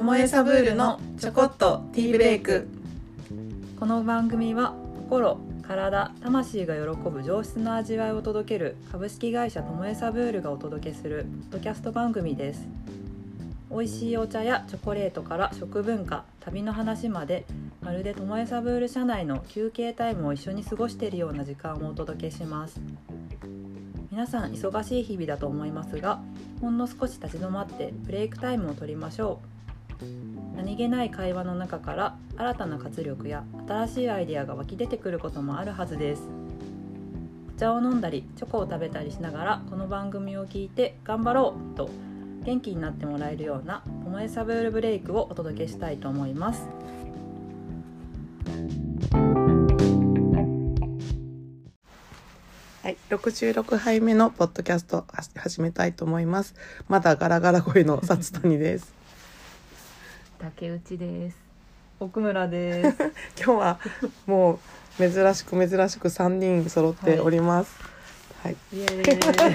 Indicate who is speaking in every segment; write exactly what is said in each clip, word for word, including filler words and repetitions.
Speaker 1: もえサブールのちょこっとティーブレイク。
Speaker 2: この番組は心、体、魂が喜ぶ上質な味わいを届ける株式会社ともえサブールがお届けするポッドキャスト番組です。美味しいお茶やチョコレートから食文化、旅の話まで、まるでともえサブール社内の休憩タイムを一緒に過ごしているような時間をお届けします。皆さん忙しい日々だと思いますが、ほんの少し立ち止まってブレイクタイムを取りましょう。何気ない会話の中から新たな活力や新しいアイデアが湧き出てくることもあるはずです。お茶を飲んだりチョコを食べたりしながらこの番組を聞いて頑張ろうと元気になってもらえるようなともえサブールブレイクをお届けしたいと思います。
Speaker 1: はい、ろくじゅうろくはいめのポッドキャスト始めたいと思います。まだガラガラ声のさつたにです。
Speaker 3: 竹内です。
Speaker 2: 奥村です。
Speaker 1: 今日はもう珍しく珍しくさんにん揃っております。はい。はい、イエー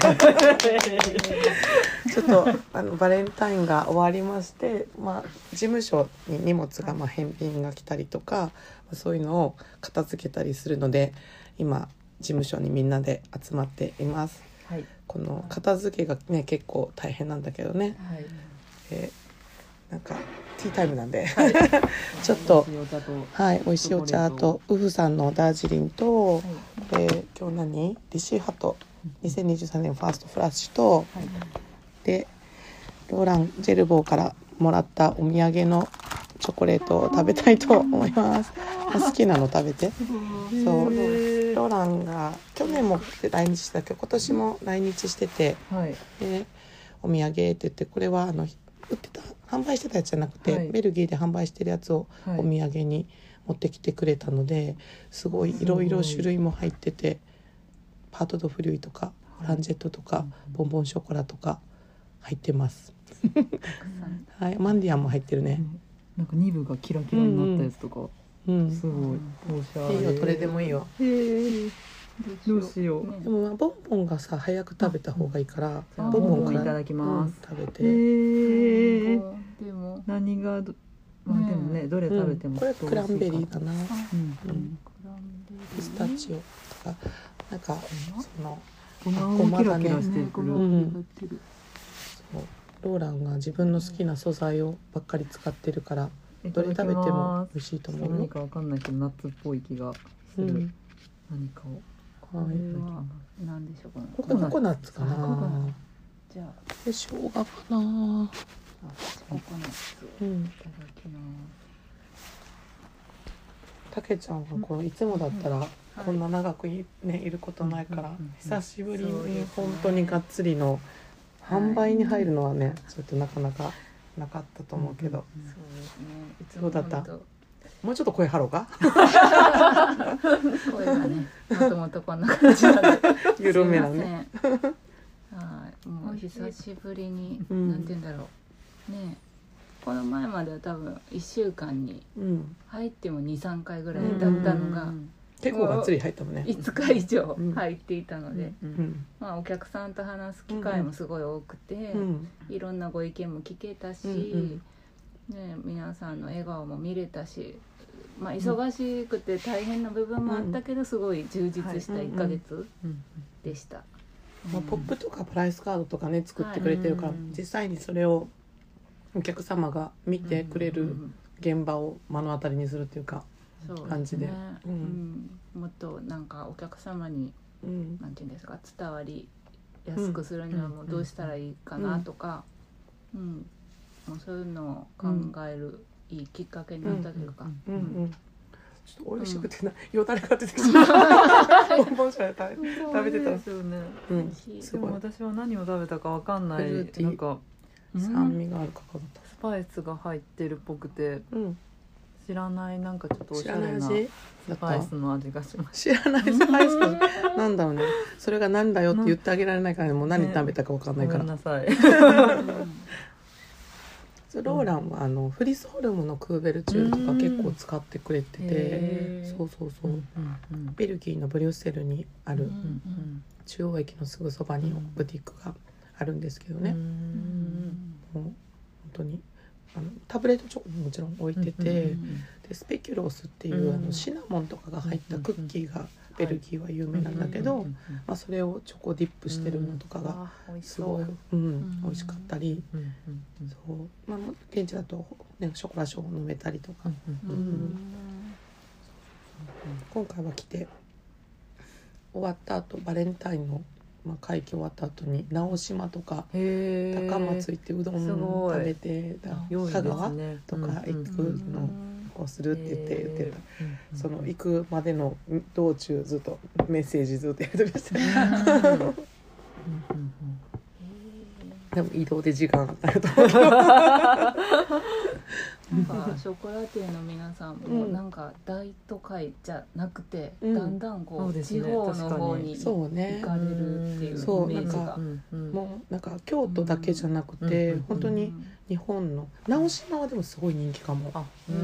Speaker 1: イちょっとあのバレンタインが終わりまして、まあ事務所に荷物がまあ返品が来たりとか、そういうのを片付けたりするので、今事務所にみんなで集まっています。はい、この片付けがね結構大変なんだけどね。はい、えー、なんかティータイムなんで、はい、ちょっとはい美味しいお茶とウフさんのダージリンと、はい、えー、今日何リシーハトにせんにじゅうさんねんファーストフラッシュと、はい、でローランジェルボーからもらったお土産のチョコレートを食べたいと思います。好きなの食べて。そうローランが去年も来日したけど今年も来日してて、はい、でお土産って言ってこれはあの売ってた販売してたやつじゃなくて、はい、ベルギーで販売してるやつをお土産に持ってきてくれたので、すごいいろいろ種類も入ってて、パートドフリュイとかオランジェットとか、はい、ボンボンショコラとか入ってます。はい、マンディアンも入ってるね。
Speaker 2: なんかに部がキラキラになったやつとか、うんうん、すごいおしゃれ。
Speaker 1: いいよ、どれでもいいよ。へ
Speaker 2: どうしよう、ね、
Speaker 1: でもまあボンボンがさ早く食べた方がいいから、
Speaker 2: ボンボンからいただきます、
Speaker 1: うん、食べて。
Speaker 2: へー、でも何がど、まあ、でもね、どれ食べても、
Speaker 1: うん、これクランベリーだな、
Speaker 2: うんうん、
Speaker 1: ピスタチオとかなんかその
Speaker 2: ごまがキラキラしてくる、うん、
Speaker 1: そうローランが自分の好きな素材をばっかり使ってるからどれ食べても美味しいと思うよ。
Speaker 2: 何かわかんないけどナッツっぽい気がする、うん、何かを。
Speaker 3: これは何でしょうかね。
Speaker 1: ココナッツ、ココナッツかな。
Speaker 3: じゃあ
Speaker 1: で生姜かな。あ、
Speaker 3: ココナッツ、うん、いただきます。
Speaker 1: たけちゃんはこういつもだったらこんな長く い,、ね、いることないから、うん、久しぶりに本当にがっつりの販売に入るのはね、ちょっとなかなかなかったと思うけど、
Speaker 3: うんうん、そうですね。いつ
Speaker 1: どうだった？もうちょっと声張ろうか。
Speaker 3: 声がね、もともとこんな感じなんで
Speaker 1: 緩めなね。
Speaker 3: はい、もう久しぶりに、うん、なんて言うんだろうね。この前までは多分いっしゅうかんに入っても に,さん 回ぐらいだったのが、うん、
Speaker 1: 結構がっつり入ったもんね。
Speaker 3: いつか以上入っていたので、うん、まあお客さんと話す機会もすごい多くて、うん、いろんなご意見も聞けたし、うんうん、ね、皆さんの笑顔も見れたし、まあ、忙しくて大変な部分もあったけど、すごい充実したいっかげつでした。
Speaker 1: まあ、ポップとかプライスカードとかね作ってくれてるから、はい、実際にそれをお客様が見てくれる現場を目の当たりにするっていうか、感じで、
Speaker 3: ね、うんうん、もっとなんかお客様に、うん、なんていうんですか、伝わりやすくするにはもうどうしたらいいかなとか、うんうん、もうそういうのを考えるいいきっかけになったというか、うんうんうんうん、
Speaker 1: ちょっと美味しくてな、よだれが出てきた。ボンボンシャ食べ食べてたんですよね。
Speaker 2: うん、でも私は何を食べたかわかんない。なんか
Speaker 1: 酸味があるかかった。
Speaker 2: スパイスが入ってるっぽくて、うん、知らないなんかちょっとおしゃれなスパイスの味がします。
Speaker 1: 知らないスパイスのなんだろうね。それがなんだよって言ってあげられないから、ね、もう何食べたかわかんないから。
Speaker 2: ね、ごめんなさい。
Speaker 1: ローランはあのフリスホルムのクーベルチュールとか結構使ってくれてて、そうそうそう、うんうん、ベルギーのブリュッセルにある、うんうん、中央駅のすぐそばにブティックがあるんですけどね、うん、もう本当にあのタブレットチョコももちろん置いてて、でスペキュロースっていう、うん、あのシナモンとかが入ったクッキーがベルギーは有名なんだけど、まあ、それをチョコディップしてるのとかがすごい、うん、美味しかったり、そう、まあ、現地だと、ね、ショコラショーを飲めたりとか、うんうん、今回は来て終わった後バレンタインのまあ、会期終わった後に直島とか高松行ってうどん食べて香川とか行くのをするって言って言ってた、その行くまでの道中ずっとメッセージずっとやってましたでも移動で時間あったと思うけど
Speaker 3: なんかショコラティエの皆さんもなんか大都会じゃなくて、うん、だんだんこう、ね、地方の方に行かれるっていうイメージが、
Speaker 1: もうなんか京都だけじゃなくて、うん、本当に日本の直島はでもすごい人気かも。あ、うん、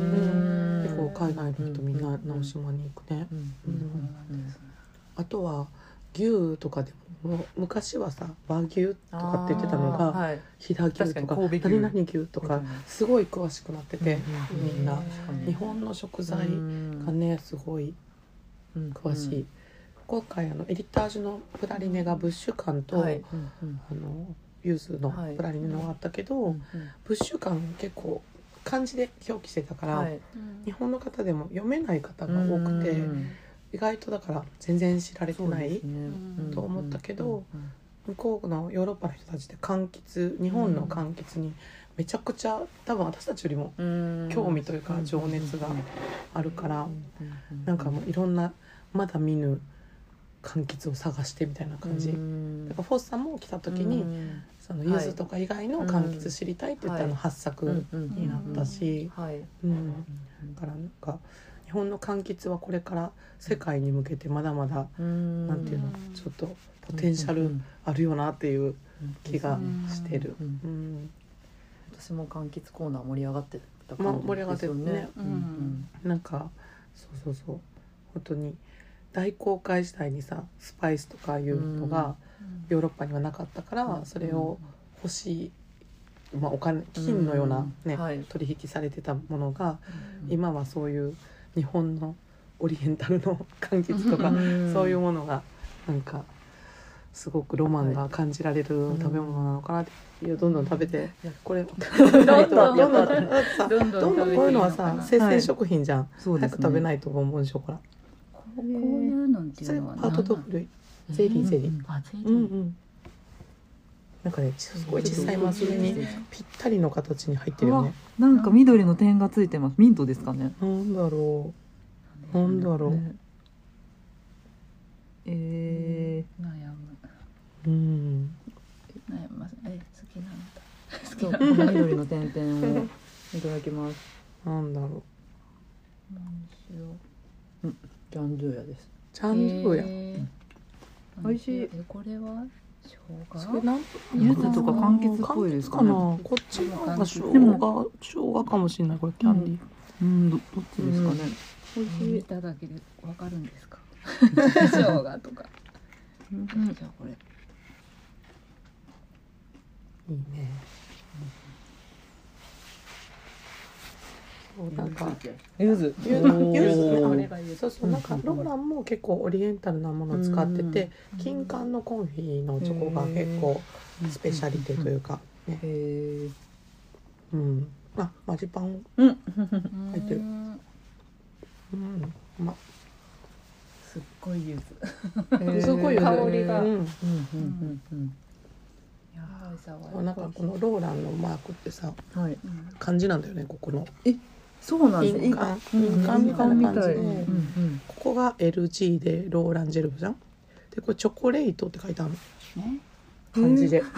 Speaker 1: 結構海外の人みんな直島に行くね。あとは牛とかでも昔はさ和牛とかって言ってたのが、はい、飛騨牛とか何々牛とかすごい詳しくなってて、みんな日本の食材がねすごい詳しい。今回あのエリタージュのプラリネがブッシュ感と、はい、あのユズのプラリネのがあったけど、はい、ブッシュ感結構漢字で表記してたから、はい、日本の方でも読めない方が多くて、意外とだから全然知られてない、ね、と思ったけど、向こうのヨーロッパの人たちって柑橘、日本の柑橘にめちゃくちゃ多分私たちよりも興味というか情熱があるから、なんかもういろんなまだ見ぬ柑橘を探してみたいな感じ。だからフォッサも来た時にその柚子とか以外の柑橘知りたいって言ったらはっさくになったし、だからなんか日本の柑橘はこれから世界に向けてまだまだなんていうのちょっとポテンシャルあるよなっていう気がしてる。うんうん、
Speaker 2: 私も柑橘コーナー盛り上がってた
Speaker 1: 感じですよね。まあ、盛り上がってるね。うんうん、なんかそうそうそう本当に大航海時代にさスパイスとかいうのがヨーロッパにはなかったから、それを欲しい。まあ、お金金のような、ねはい、取引されてたものが、うん、今はそういう日本のオリエンタルの柑橘とか、うん、そういうものがなんかすごくロマンが感じられる食べ物なのかなって、はい、いやどんどん食べて、うん、これどんどんどんどんどんどんこういうのはさ生鮮食品じゃん、はい、早く食べないとボンボンショコラ。
Speaker 3: こういうのっていうのは
Speaker 1: パートドブ類ゼリーゼリー、あゼリー、うんうんなんかね、すごい小さいマス目にぴったりの形に入ってるよね。
Speaker 2: なんか緑の点がついてます。ミントですかね。
Speaker 1: なんだろう。なんだろう。ね、
Speaker 3: えー、悩む。うん。悩みます。え、好きなんだ。
Speaker 2: 好きなんだ。緑の点々をいただきます。
Speaker 1: なんだろう。
Speaker 3: なんしよ
Speaker 2: う。うん、ジャンドゥーヤです。
Speaker 1: ジャンドゥーヤ。え
Speaker 2: ー、美味しい。
Speaker 3: これは？
Speaker 1: それなん
Speaker 2: 柚子とか柑橘っぽいですかね。
Speaker 1: こっちのが生姜、生姜かもしれない。これキャンディー。
Speaker 2: うん、ど, どっちですかね。
Speaker 3: 美味しい。見ただけでわかるんですか。生姜とか。うん、じゃあこれ。
Speaker 1: いいね。そうなんか
Speaker 2: 柚子、
Speaker 1: 柚子ね。そうそうなんかローランも結構オリエンタルなものを使ってて、金柑のコンフィのチョコが結構スペシャリテというかね。うん。あ、マジパン入ってる。うん。ま。
Speaker 3: すっごい柚
Speaker 1: 子。すごい
Speaker 3: 香りが。
Speaker 1: うんうんうんうん。なんかこのローランのマークってさ、はい、漢字なんだよねここの。
Speaker 2: え、そうなんですね。
Speaker 1: 印鑑、印鑑みたいな感じで、うんうん、ここが エルジー でローランジェルブじゃん。でこれチョコレートって書いてあるの。ね、漢字で。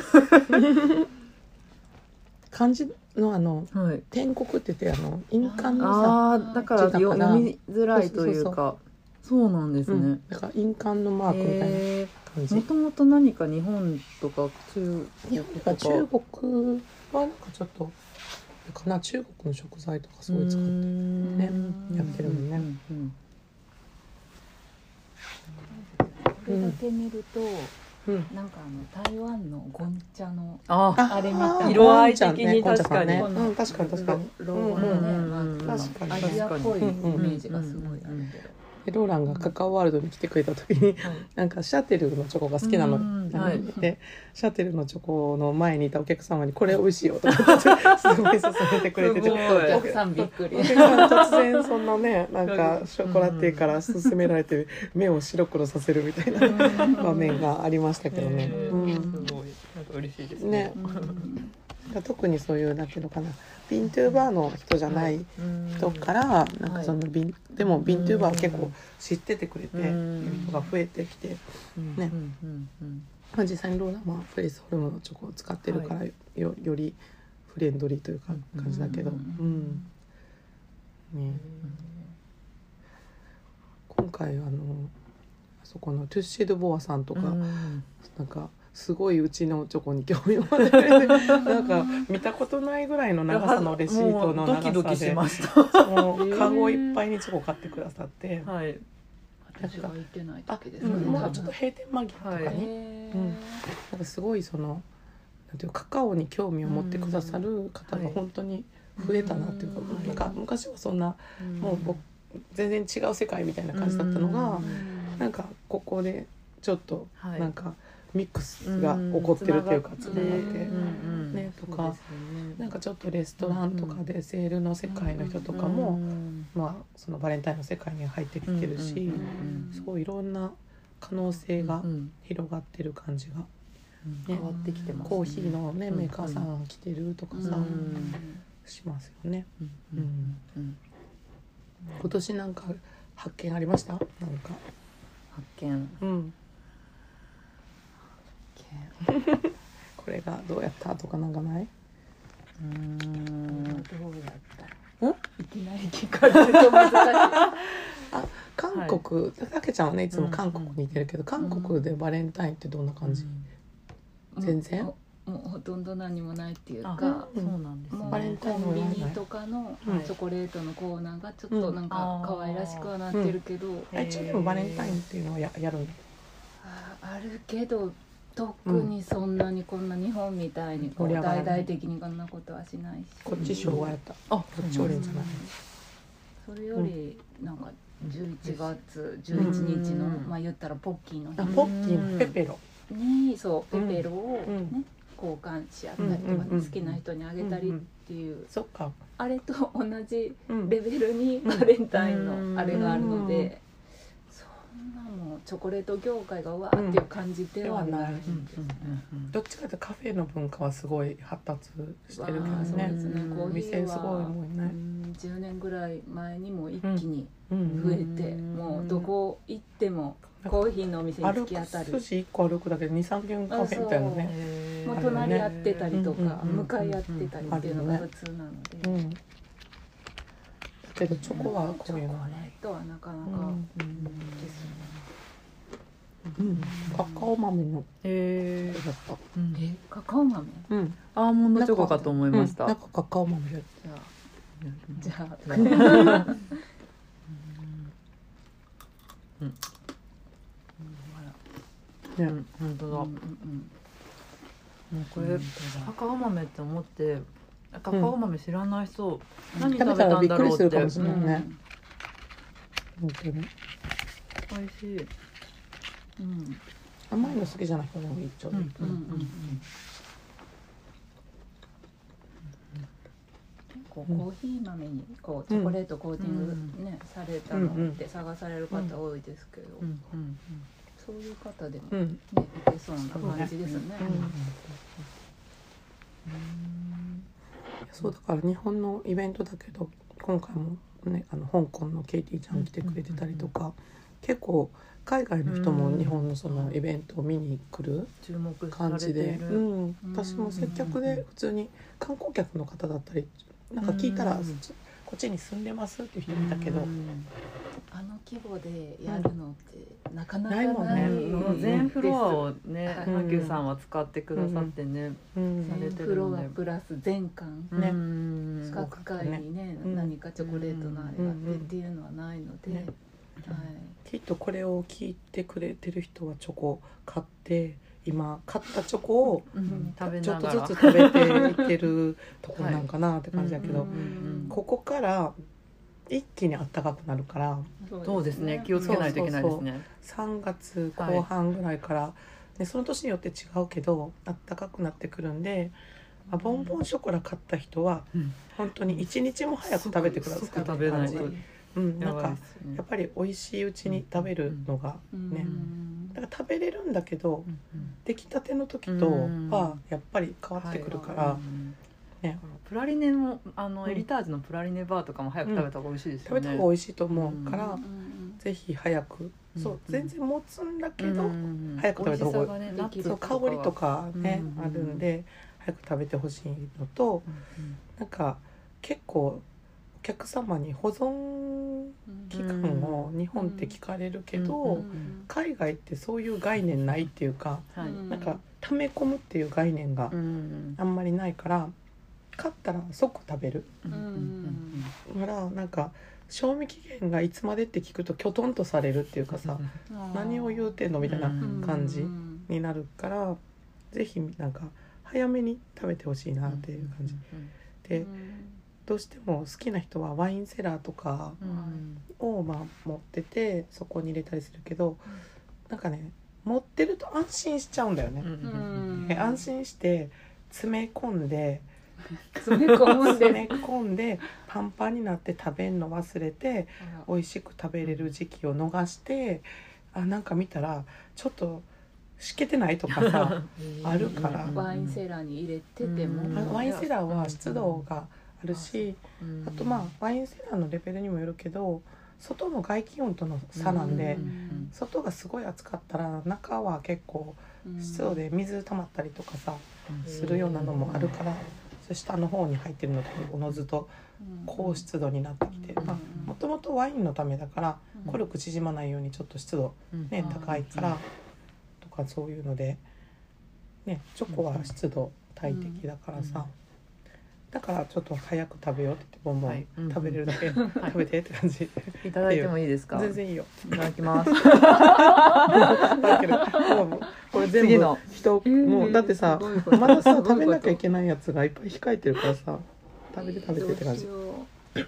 Speaker 1: 漢字のあの、はい、天国って言ってあの印鑑のさ、
Speaker 2: あだから読みづらいというか。そうそうそうそうなんですね。うん、
Speaker 1: だから印鑑のマークみたいな感じ。
Speaker 2: もともと何か日本とか中
Speaker 1: 国とか中国はなんかちょっとかな中国の食材とかすごい使ってねやってるもんね。うんうん、
Speaker 3: これだけ見ると、
Speaker 1: うん、
Speaker 3: なんかあの台湾のゴンチャの
Speaker 2: あ
Speaker 3: あれみたいな
Speaker 2: 色合い的に確かに、
Speaker 1: ねうん、確かに確かに
Speaker 3: ロゴのね、
Speaker 1: うん
Speaker 3: まあ、
Speaker 1: 確かに
Speaker 3: アジアっぽいイメージがすごいあるけど、
Speaker 1: でローランがカカオワールドに来てくれた時に、はい、なんかシャテルのチョコが好きなの、はい、でシャテルのチョコの前にいたお客様にこれ美味しいよとかすごい勧めてくれてて、
Speaker 3: お客さんびっくり、
Speaker 1: お客さん突然そのねなんかショコラティエから勧められて目を白黒させるみたいな場面がありましたけどね、うん、
Speaker 2: すごいなんか嬉しいですね、
Speaker 1: ね特にそういうなんていうのかなビントゥーバーの人じゃない人からなんかそのビン、はい、でもビントゥーバーを結構知っててくれていう人が増えてきてね、まあ、実際にローラはフレースホルムのチョコを使ってるから よ, よりフレンドリーというか感じだけど、うんね、今回あのあそこのトゥッシー・ド・ボアさんとかなんかすごいうちのチョコに興味を持ってくれてなんか見たことないぐらいの長さのレシートの長さで
Speaker 2: ドキドキしました
Speaker 1: もうカゴいっぱいにチョコ買ってくださって、
Speaker 2: はい、
Speaker 3: 私が行ってない時ですね、
Speaker 1: うん、もうちょっと閉店間際とかに、はいうん、なんかすごいそのなんていうカカオに興味を持ってくださる方が本当に増えたなっていうか、はい、なんか昔はそんなもう僕全然違う世界みたいな感じだったのがなんかここでちょっとなんか、はいミックスが起こってるっていうかつながってねとかなんかちょっとレストランとかでセールの世界の人とかもまあそのバレンタインの世界に入ってきてるしすごいいろんな可能性が広がってる感じが
Speaker 2: 変わってきてますね。
Speaker 1: コーヒーのねメーカーさん来てるとかさしますよね。今年なんか発見ありました？なんか
Speaker 2: 発見。
Speaker 1: うんこれがどうやったとかなんかない？
Speaker 3: うーんどうやったんいきなり聞かれると難しい
Speaker 1: あ韓国たけ、はい、ちゃんはねいつも韓国にいてるけど、うん、韓国でバレンタインってどんな感じ？うん、全然
Speaker 3: もう、もうほとんど何もないっていうか、
Speaker 2: うん、そうなんですね。
Speaker 3: バレンタインコンビニとかのチョコレートのコーナーがちょっとなんか可愛らしくはなってるけど、うん、
Speaker 1: え一応でもバレンタインっていうのは や, やるの？
Speaker 3: あ, あるけど特にそんなにこんな日本みたいにこう大々的にこんなことはしないし、
Speaker 1: こっち昭和やった。あ、こっちオレンジじゃない。
Speaker 3: それよりなんかじゅういちがつじゅういちにちのまあ言ったらポッキーの日、
Speaker 1: あポッキーのペペロ
Speaker 3: にそうペペロをね交換し合ったりとか好きな人にあげたりっていう、
Speaker 1: そっか
Speaker 3: あれと同じレベルにバレンタインのあれがあるので。チョコレート業界がうわーっていう感じではない、うん、
Speaker 1: どっちかというとカフェの文化はすごい発達してるけどね。そうですね。コーヒーは店すごいもんね。
Speaker 3: じゅうねんぐらい前にも一気に増えて、うん、もうどこ行ってもコーヒーのお店に突き当たる。
Speaker 1: 歩く筋いっこ歩くだけでにさんけんカフェみたいなね。
Speaker 3: もう隣やってたりとか、ね、向かい合ってたりっていうのが普通なので。うん、だ
Speaker 1: けどチョコはこういうの
Speaker 3: はね。チョコレートはなかなか、うん、ですね。
Speaker 1: うん、カカオ豆の
Speaker 2: え
Speaker 1: だった、
Speaker 3: うん、えカカオ豆、
Speaker 1: うん、
Speaker 2: アーモンドチョコかと思いました。
Speaker 1: なんかカカオ豆じゃ
Speaker 3: じゃあじゃあ
Speaker 2: うん、うん、ね、本当だ、うんうんうん、これカカオ豆って思ってカカオ豆知らない人、うん、何食べたんだろうって、
Speaker 1: びっくりするかもしれないね、
Speaker 2: うん、本当に美味しい。
Speaker 1: うん、甘いの好きじゃない人もいいちょうどいい。結
Speaker 3: 構コーヒー豆にこうチョコレートコーティング、ねうん、されたのって探される方多いですけど、うんうんうん、そういう方でも、ね、いけそうな感じですね。
Speaker 1: そうだから日本のイベントだけど今回も、ね、あの香港のケイティちゃん来てくれてたりとか、結構海外の人も日本のそのイベントを見に来る感じで、うん、私も接客で普通に観光客の方だったりなんか聞いたらこっちに住んでますっていう人いたけど、
Speaker 3: あの規模でやるのってなかなかない
Speaker 1: もんね。
Speaker 2: 全フロアをねマキューさんは使ってくださってね、
Speaker 3: 全フロアプラス全館ね各階にね何かチョコレートのあれがあってっていうのはないので、はい、
Speaker 1: きっとこれを聞いてくれてる人はチョコ買って今買ったチョコを
Speaker 2: うん食べ
Speaker 1: ちょっ
Speaker 2: ながら
Speaker 1: とずつ食べていってるところなんかなって感じだけど、
Speaker 2: はいうんうんうん
Speaker 1: ここから一気に暖かくなるから
Speaker 2: そうですね、気をつけないといけないですね。
Speaker 1: さんがつこう半ぐらいから、でその年によって違うけど暖かくなってくるんで、まあ、ボンボンショコラ買った人は
Speaker 2: うん
Speaker 1: 本当に一日も早く食べてください
Speaker 2: 即食べないと
Speaker 1: うん、なん
Speaker 2: やばい
Speaker 1: か
Speaker 2: ですね
Speaker 1: やっぱり美味しいうちに食べるのがね、だから食べれるんだけど
Speaker 2: うんうん
Speaker 1: 出来たての時とはやっぱり変わってくるから、
Speaker 2: うん
Speaker 1: ね、
Speaker 2: プラリネもあの、
Speaker 1: うん
Speaker 2: エリタージュのプラリネバーとかも早く食べた方が美味しいですよね。
Speaker 1: 食べた方が美味しいと思うから、
Speaker 3: うん
Speaker 1: ぜひ早く、
Speaker 2: うん
Speaker 1: そう全然持つんだけど、
Speaker 2: うん
Speaker 1: 早く食べた方が
Speaker 2: 美味しさがねナッツ
Speaker 1: そう
Speaker 2: とかは
Speaker 1: 香りとかね、
Speaker 2: うん
Speaker 1: あるんで早く食べてほしいのと、
Speaker 2: うん
Speaker 1: なんか結構お客様に保存期間を日本って聞かれるけど、
Speaker 2: うんうん
Speaker 1: 海外ってそういう概念ないっていうか、
Speaker 2: はい
Speaker 3: うん
Speaker 1: なんか溜め込むっていう概念が
Speaker 2: うん
Speaker 1: あんまりないから買ったら即食べる。
Speaker 2: うんうん
Speaker 1: だからなんか賞味期限がいつまでって聞くときょとんとされるっていうかさ、何を言うてんのみたいな感じになるから、ぜひなんか早めに食べてほしいなっていう感じで、どうしても好きな人はワインセラーとか
Speaker 2: うん
Speaker 1: をまあ持っててそこに入れたりするけど、なんかね持ってると安心しちゃうんだよね、
Speaker 2: うん
Speaker 1: で安心して詰め込んで
Speaker 3: 詰め込むん
Speaker 1: 詰
Speaker 3: で
Speaker 1: め込んでパンパンになって食べるの忘れて美味しく食べれる時期を逃して、あなんか見たらちょっとしけてないとかさあるから
Speaker 3: ワインセラーに入れてても、
Speaker 2: うん
Speaker 1: あワインセラーは湿度があるし、
Speaker 2: うん
Speaker 1: あとまあワインセラーのレベルにもよるけど外の外気温との差なんで、
Speaker 2: うん
Speaker 1: 外がすごい暑かったら中は結構湿度で水溜まったりとかさ、するようなのもあるから、そ下の方に入ってるのとおのずと高湿度になってきて、まあもともとワインのためだからコルク縮まないようにちょっと湿度ね、
Speaker 3: うん
Speaker 1: 高いからとかそういうので、ね、チョコは湿度大敵だからさ、だからちょっと早く食べようって言ってボンボン
Speaker 2: はい
Speaker 1: 食べれるだけ食べてって感じ、
Speaker 2: いただいてもいいですか？
Speaker 1: 全然いいよ。
Speaker 2: いただきます。
Speaker 1: だけどもうこれ全部
Speaker 2: 次の
Speaker 1: 人もうだってさ
Speaker 3: どういうこと
Speaker 1: まださ
Speaker 3: どういうこと
Speaker 1: 食べなきゃいけないやつがいっぱい控えてるからさ、食べて食べてって感じ。
Speaker 3: どうしよ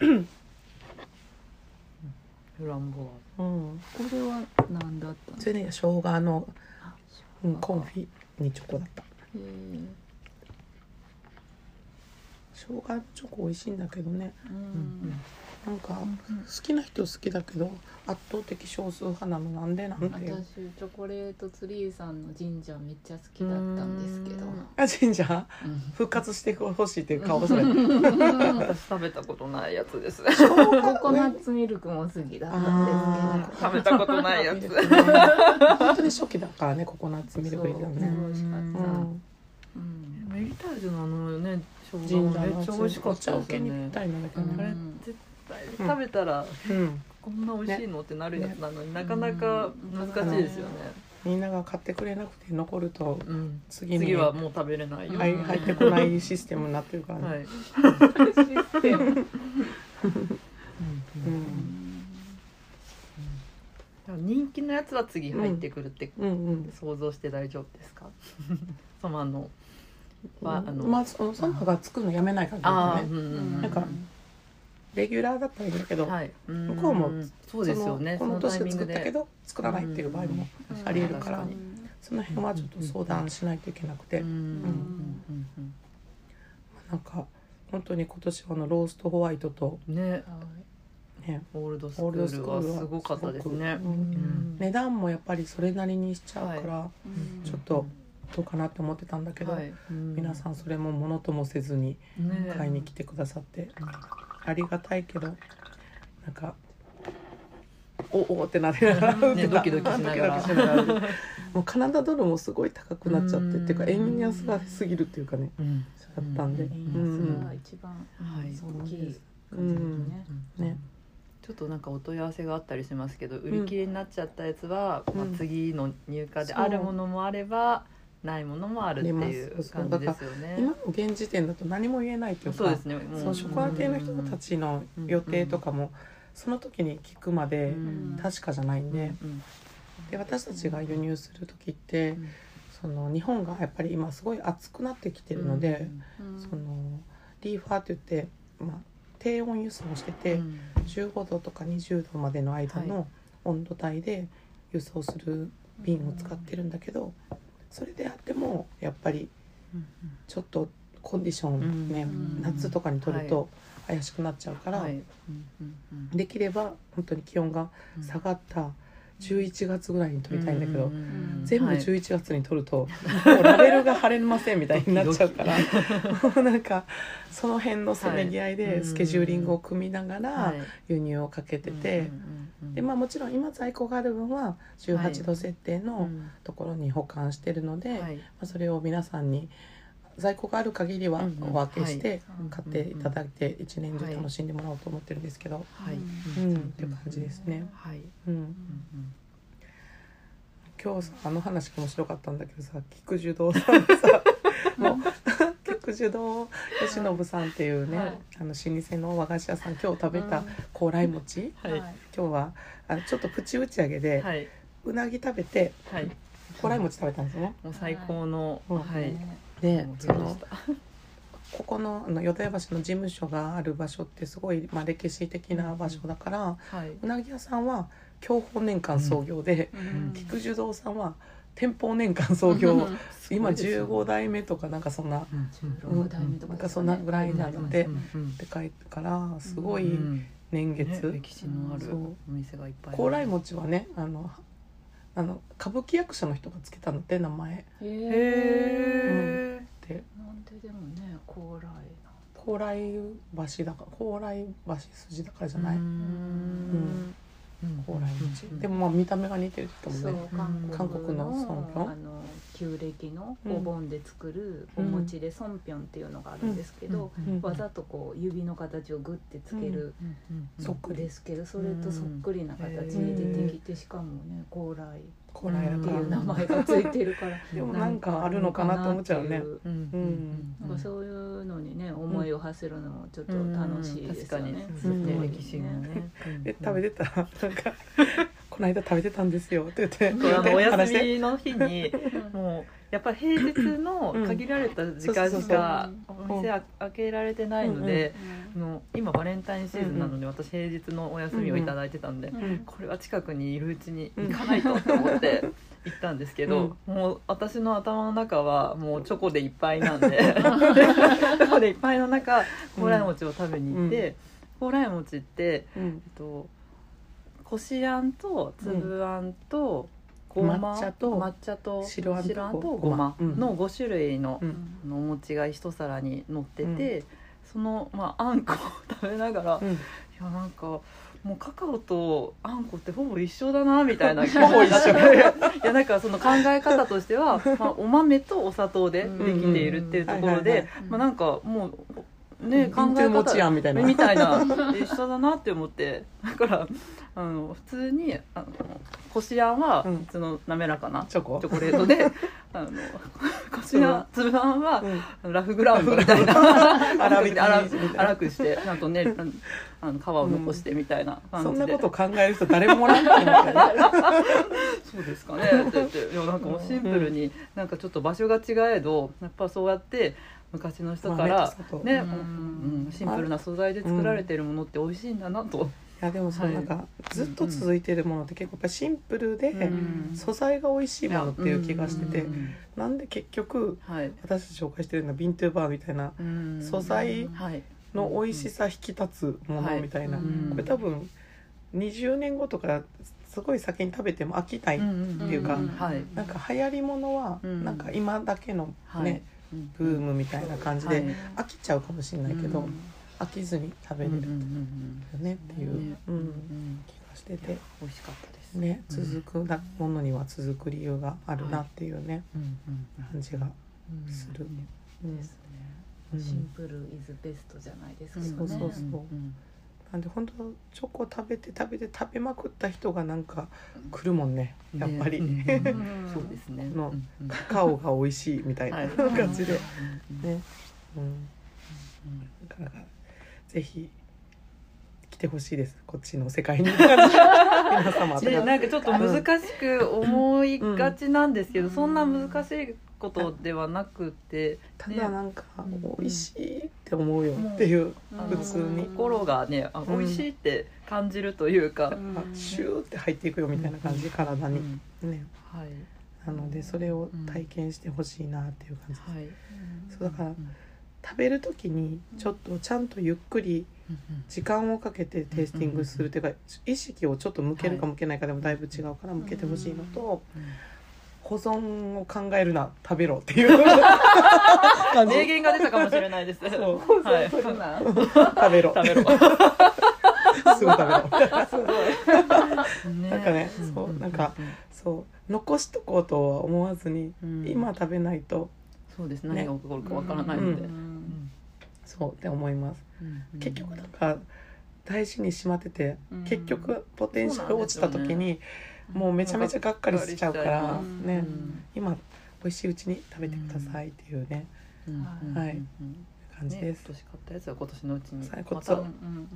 Speaker 2: フランボ
Speaker 1: うん、
Speaker 3: うこれは何だったの？
Speaker 1: それね生姜の、
Speaker 3: あ
Speaker 1: うん、コンフィにチョコだった。
Speaker 3: へー
Speaker 1: 生姜のチョコ美味しいんだけどね、
Speaker 3: うん
Speaker 1: なんか好きな人好きだけど圧倒的少数派なのなんでなんていう。
Speaker 3: 私チョコレートツリーさんのジンジャーめっちゃ好きだったんですけど、
Speaker 1: あ神社
Speaker 3: うん
Speaker 1: 復活してほしいっていう顔それ。
Speaker 2: ー。私食べたことないやつです。
Speaker 1: 生姜
Speaker 3: ココナッツミルクも好きだったんですけど、
Speaker 2: 食べたことないやつ。
Speaker 1: 本当に初期だからねココナッツミルク入れたのね。
Speaker 3: 美味しかった。
Speaker 1: うん
Speaker 3: うん
Speaker 2: メリタージュのあのね生姜
Speaker 1: 神社の
Speaker 2: もめっちゃ美味しかった
Speaker 1: お茶
Speaker 2: ですよね
Speaker 1: 受けにぴっ。たりなんだけど
Speaker 2: あれ
Speaker 1: ね。
Speaker 2: 絶対食べたら
Speaker 1: うん、
Speaker 2: こんな美味しいのってなるやつなのになかなか難しいですよね。
Speaker 1: みんなが買ってくれなくて残ると
Speaker 2: うん
Speaker 1: 次に
Speaker 2: 次はもう食べれないよ。
Speaker 1: 入入ってこないシステムになってるからね。
Speaker 2: はい。
Speaker 3: システム。
Speaker 1: うん
Speaker 2: 人気のやつは次入ってくるって
Speaker 1: うんうん
Speaker 2: 想像して大丈夫ですか？そのあのはあの
Speaker 1: まあそのサンバが作るのやめない限りはね
Speaker 2: あーうんうん
Speaker 1: なんかレギュラーだったらいいんだけど、
Speaker 2: はい。向
Speaker 1: こうも
Speaker 2: そうですよね。
Speaker 1: そのこの年で
Speaker 2: そタイミングで
Speaker 1: 作ったけど作らないっていう場合も
Speaker 2: うん
Speaker 1: ありえるから
Speaker 2: 確に
Speaker 1: その辺はちょっと相談しないといけなくて、
Speaker 2: うんうんうんうん
Speaker 1: なんか本当に今年はあのローストホワイトと
Speaker 2: うんね、
Speaker 1: ね
Speaker 2: オールドスク
Speaker 1: オールドス
Speaker 2: ールは
Speaker 1: クールは
Speaker 2: すごかったですね。
Speaker 1: すごくうん値段もやっぱりそれなりにしちゃうから、
Speaker 3: うん
Speaker 1: ちょっとどうかなって思ってたんだけど、
Speaker 2: はい
Speaker 1: 皆さんそれもものともせずに
Speaker 2: ね
Speaker 1: 買いに来てくださって、ありがたいけどなんかおおってなりながら
Speaker 2: ねドキドキしながら
Speaker 1: ドキドキしながらもうカナダドルもすごい高くなっちゃってっていうか円安が過ぎるっていうかね
Speaker 2: うん
Speaker 1: だったんで、
Speaker 2: う
Speaker 1: うんん
Speaker 3: が一番
Speaker 2: はい
Speaker 3: 大きい
Speaker 1: うん
Speaker 3: 感じね。
Speaker 1: ね
Speaker 2: ちょっとなんかお問い合わせがあったりしますけど、売り切れになっちゃったやつは、
Speaker 1: うん
Speaker 2: まあ、次の入荷であるものもあればないものもあるっていう
Speaker 1: あります
Speaker 2: 感じですよね。
Speaker 1: 今の現時点だと何も言えないというか
Speaker 2: そうですね。も
Speaker 1: そのショコラティエの人たちの予定とかもその時に聞くまで
Speaker 2: うん
Speaker 1: 確かじゃないんで、
Speaker 2: うん
Speaker 1: で私たちが輸入する時って
Speaker 2: うん
Speaker 1: その日本がやっぱり今すごい暑くなってきてるので、
Speaker 3: うん、
Speaker 1: そのリーファーって言って、まあ、低温輸送をしてて、うん、じゅうごどとかにじゅうどまでの間の温度帯で輸送する瓶を使ってるんだけど、それであってもやっぱりちょっとコンディションね、うん、夏とかに取ると怪しくなっちゃうから、はいうんうんうん、できれば本当に気温が下がったじゅういちがつぐらいに取りたいんだけど、うん、全部じゅういちがつに取ると、はい、もうラベルが貼れませんみたいになっちゃうからもうなんかその辺のせめぎ合いでスケジューリングを組みながら輸入をかけてて、はいでまあ、もちろん今在庫がある分はじゅうはちど設定のところに保管してるので、はいまあ、それを皆さんに在庫がある限りはお分けして買っていただいて一年中楽しんでもらおうと思ってるんですけど、はいうん、っていう感じですね。はいうん、今日さあの話が面白かったんだけどさ、菊寿堂さんさもう菊寿堂吉信さんっていうね、はい、あの老舗の和菓子屋さん今日食べた高麗餅、うんはい、今日はあのちょっとプチ打ち上げで、はい、うなぎ食べて、はい、高麗餅食べたんですよね。
Speaker 2: もう最高の、はい、
Speaker 1: でそのここの、あの淀屋橋の事務所がある場所ってすごい、まあ、歴史的な場所だから、うんはい、うなぎ屋さんは享保年間創業で、うん、菊寿堂さんは天保年間創業、うん、今じゅうごだいめとかなんかそんな、うんうん、なんかそんなぐらいなので、うん、って書いてからすごい年月、
Speaker 2: ね、歴史のあるお店がいっぱいある。
Speaker 1: 高麗餅はねあのあの歌舞伎役者の人がつけたのって名前。へ
Speaker 3: え、うん、でなんででもね高麗な
Speaker 1: 高麗橋だから高麗橋筋だからじゃない。うんうん高麗餅、うん、でもまあ見た目が似てるって言ってもね、韓国のソンピョン、
Speaker 3: あの旧暦のお盆で作るお餅でソンピョンっていうのがあるんですけど、うんうん、わざとこう指の形をグッてつけるそっくりですけど、それとそっくりな形で出てきて、しかもね高麗
Speaker 1: 高麗
Speaker 3: っていう名前がついてるから
Speaker 1: でもなんかあるのかなと思っちゃうね。
Speaker 3: なんかそういうのにね思いを馳せるのもちょっと楽しいですよね。
Speaker 2: 歴史もね。
Speaker 1: で食べてたなんかこの間食べてたんですよって言って
Speaker 2: あのお休みの日にもうやっぱり平日の限られた時間しかお店開けられてないので、の今バレンタインシーズンなので、私平日のお休みをいただいてたんで、これは近くにいるうちに行かないとと思って行ったんですけど、もう私の頭の中はもうチョコでいっぱいなんでチョコでいっぱいの中高麗餅を食べに行って、高麗餅って、えっとこしあんと粒あんとごま、
Speaker 1: 抹茶と
Speaker 2: 抹茶と
Speaker 1: 白あんと
Speaker 2: ごまのご種類のお餅が一皿に乗ってて、うん、その、まあ、あんこを食べながら、うん、いやなんかもうカカオとあんこってほぼ一緒だなみたいな気持ちになっていやなんかその考え方としては、まあ、お豆とお砂糖でできているっていうところでなんかもうね考え方
Speaker 1: みたいな
Speaker 2: みたいな一緒だなって思ってだからあの普通にあのこしあんは普通の滑らかなチョコ、チョコレートであのこしあん粒あんは、うん、ラフグラウンドみたいな粗くしてちゃんとねあの皮を残してみたいな感じで、
Speaker 1: うん、そんなこと考える人誰もおらんと思って
Speaker 2: そうですかねって言っていやなんかもうシンプルに、うん、なんかちょっと場所が違えどやっぱそうやって昔の人からね、うんうん、シンプルな素材で作られているものって美味しいんだなと。
Speaker 1: いやでもそうなんかずっと続いてるものって結構やっぱシンプルで素材が美味しいものっていう気がしてて、なんで結局私たち紹介してるのはビントゥーバーみたいな素材の美味しさ引き立つものみたいな、これ多分にじゅうねんごとかすごい先に食べても飽きないっていうか、なんか流行りものはなんか今だけのねブームみたいな感じで飽きちゃうかもしれないけど、飽きずに食べれるよねっていう気がしてて、
Speaker 2: 美味しかったです
Speaker 1: ね。続くものには続く理由があるなっていうね感じがする。
Speaker 3: シンプルイズベストじゃないですかね。
Speaker 1: そうそうそう。なんで本当チョコ食べて食べて食べまくった人がなんか来るもんね、やっぱり。
Speaker 2: そうですね。
Speaker 1: のカカオが美味しいみたいな感じでね。うん。だからぜひ来ててほしいです、こっちの世界に皆様
Speaker 2: でなんかちょっと難しく思いがちなんですけど、うん、そんな難しいことではなくて、
Speaker 1: ただなんか美味しいって思うよっていう、うん、普通に
Speaker 2: 心がねあ美味しいって感じるというか、うん、
Speaker 1: シューって入っていくよみたいな感じ、うん、体に、うん、ね、はい、なのでそれを体験してほしいなっていう感じです、はい、そうだから、うん、食べる時にちょっとちゃんとゆっくり時間をかけてテイスティングするっていうか、意識をちょっと向けるか向けないかでもだいぶ違うから向けてほしいのと、保存を考えるな食べろっていう
Speaker 2: 名言が出たかもしれないです。そう、はい、
Speaker 1: 食べろ食べろすぐ食べろすごいなんかね、そうなんかそう残しとこうとは思わずに、うん、今食べないと
Speaker 2: そうです、ね、何が起こるかわからないので、うんうん、
Speaker 1: そうって思います、うんうん、結局なんか大事にしまってて、うん、結局ポテンシャル落ちた時に、もうめちゃめちゃがっかりしちゃうからね、うん、今美味しいうちに食べてくださいっていうね、うん、はい、うん、感じです。
Speaker 2: ね、今年買ったやつは今年のうちに
Speaker 1: また、うん、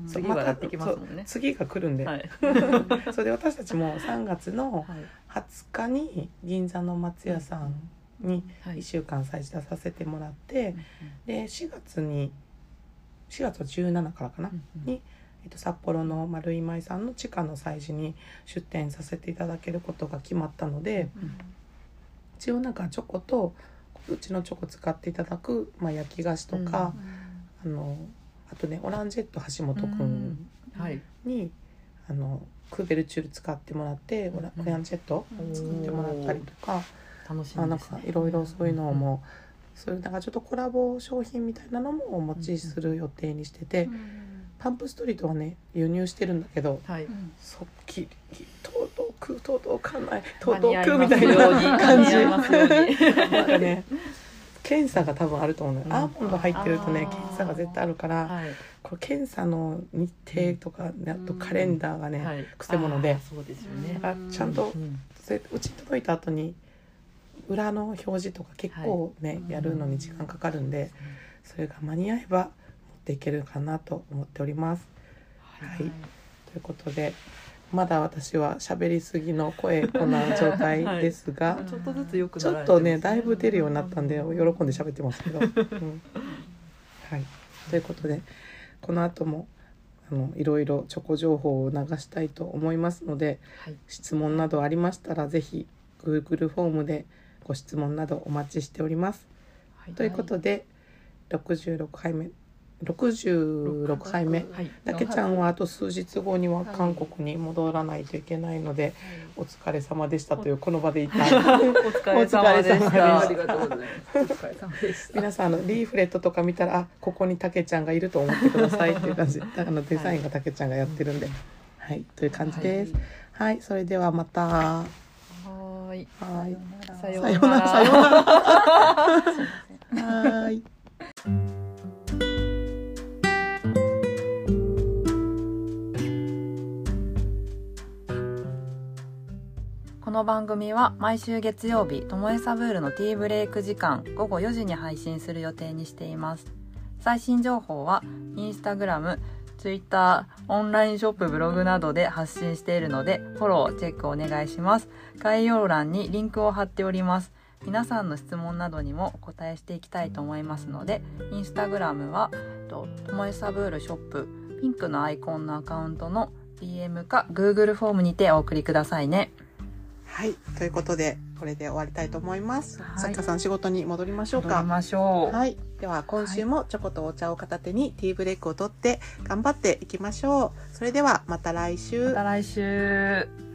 Speaker 1: 次がやってきますもんね。次が来るんで、はい、それで私たちもさんがつのはつかに銀座の松屋さんにいっしゅうかん催事出させてもらって、はい、でしがつにしがつじゅうしちからかな、うんうん、にえっと、札幌の丸井舞さんの地下の催事に出店させていただけることが決まったので、うん、一応なんかチョコとうちのチョコ使っていただく、まあ、焼き菓子とか、うん、あのあとねオランジェット橋本くんに、うんはい、あのクーベルチュール使ってもらって、うん、オランジェット作ってもらったりとか、
Speaker 2: 楽しみですね、
Speaker 1: あ、なんかいろいろそういうのも、うん、そういうなんかちょっとコラボ商品みたいなのもお持ちする予定にしてて、うん、パンプストリートはね輸入してるんだけど、はい、そっきり届く届かない届くみたいな感じなんかね検査が多分あると思うのよ、うん、アーモンド入ってるとね検査が絶対あるから、はい、これ検査の日程とか、ね、あとカレンダーがね、はい、くせ者で、
Speaker 2: そうですよね、
Speaker 1: あちゃんと、うん、うち届いた後に裏の表示とか結構ね、はい、やるのに時間かかるんで、それが間に合えば持っていけるかなと思っております。はい、はい、ということでまだ私は喋りすぎの声こんな状態ですが、
Speaker 2: はい、ちょっとずつ良く
Speaker 1: なられてますね。ちょっとねだいぶ出るようになったんで喜んで喋ってますけど、うん、はい、ということでこの後もあのいろいろチョコ情報を流したいと思いますので、はい、質問などありましたらぜひ Google フォームでご質問などお待ちしております。はい、ということでろくじゅうろっかいめろくじゅうろっかいめ、はい、たけちゃんはあと数日後には韓国に戻らないといけないので、はい、お疲れ様でしたというこの場で言いたいお
Speaker 2: 疲れ様でした
Speaker 3: ありがとうございますお疲れ様でした
Speaker 1: 皆さんあのリーフレットとか見たらあここにたけちゃんがいると思ってくださいっていう感じであのデザインがたけちゃんがやってるんで、はい、はい、という感じです。はい、はい、それではまた。はい、はい、
Speaker 2: さようなら
Speaker 1: さようならはい。
Speaker 2: この番組は毎週月曜日ともえサブールのティーブレイク時間ごごよじに配信する予定にしています。最新情報はインスタグラム、ツイッター、オンラインショップ、ブログなどで発信しているのでフォローチェックお願いします。概要欄にリンクを貼っております。皆さんの質問などにもお答えしていきたいと思いますので、インスタグラムはともえサブールショップピンクのアイコンのアカウントの ディーエム か Google フォームにてお送りくださいね。
Speaker 1: はい、ということでこれで終わりたいと思います。さっかさん仕事に戻りましょうか。
Speaker 2: 戻りましょう。
Speaker 1: はい、では今週もチョコとお茶を片手にティーブレイクを取って頑張っていきましょう。それではまた来週。
Speaker 2: また来週。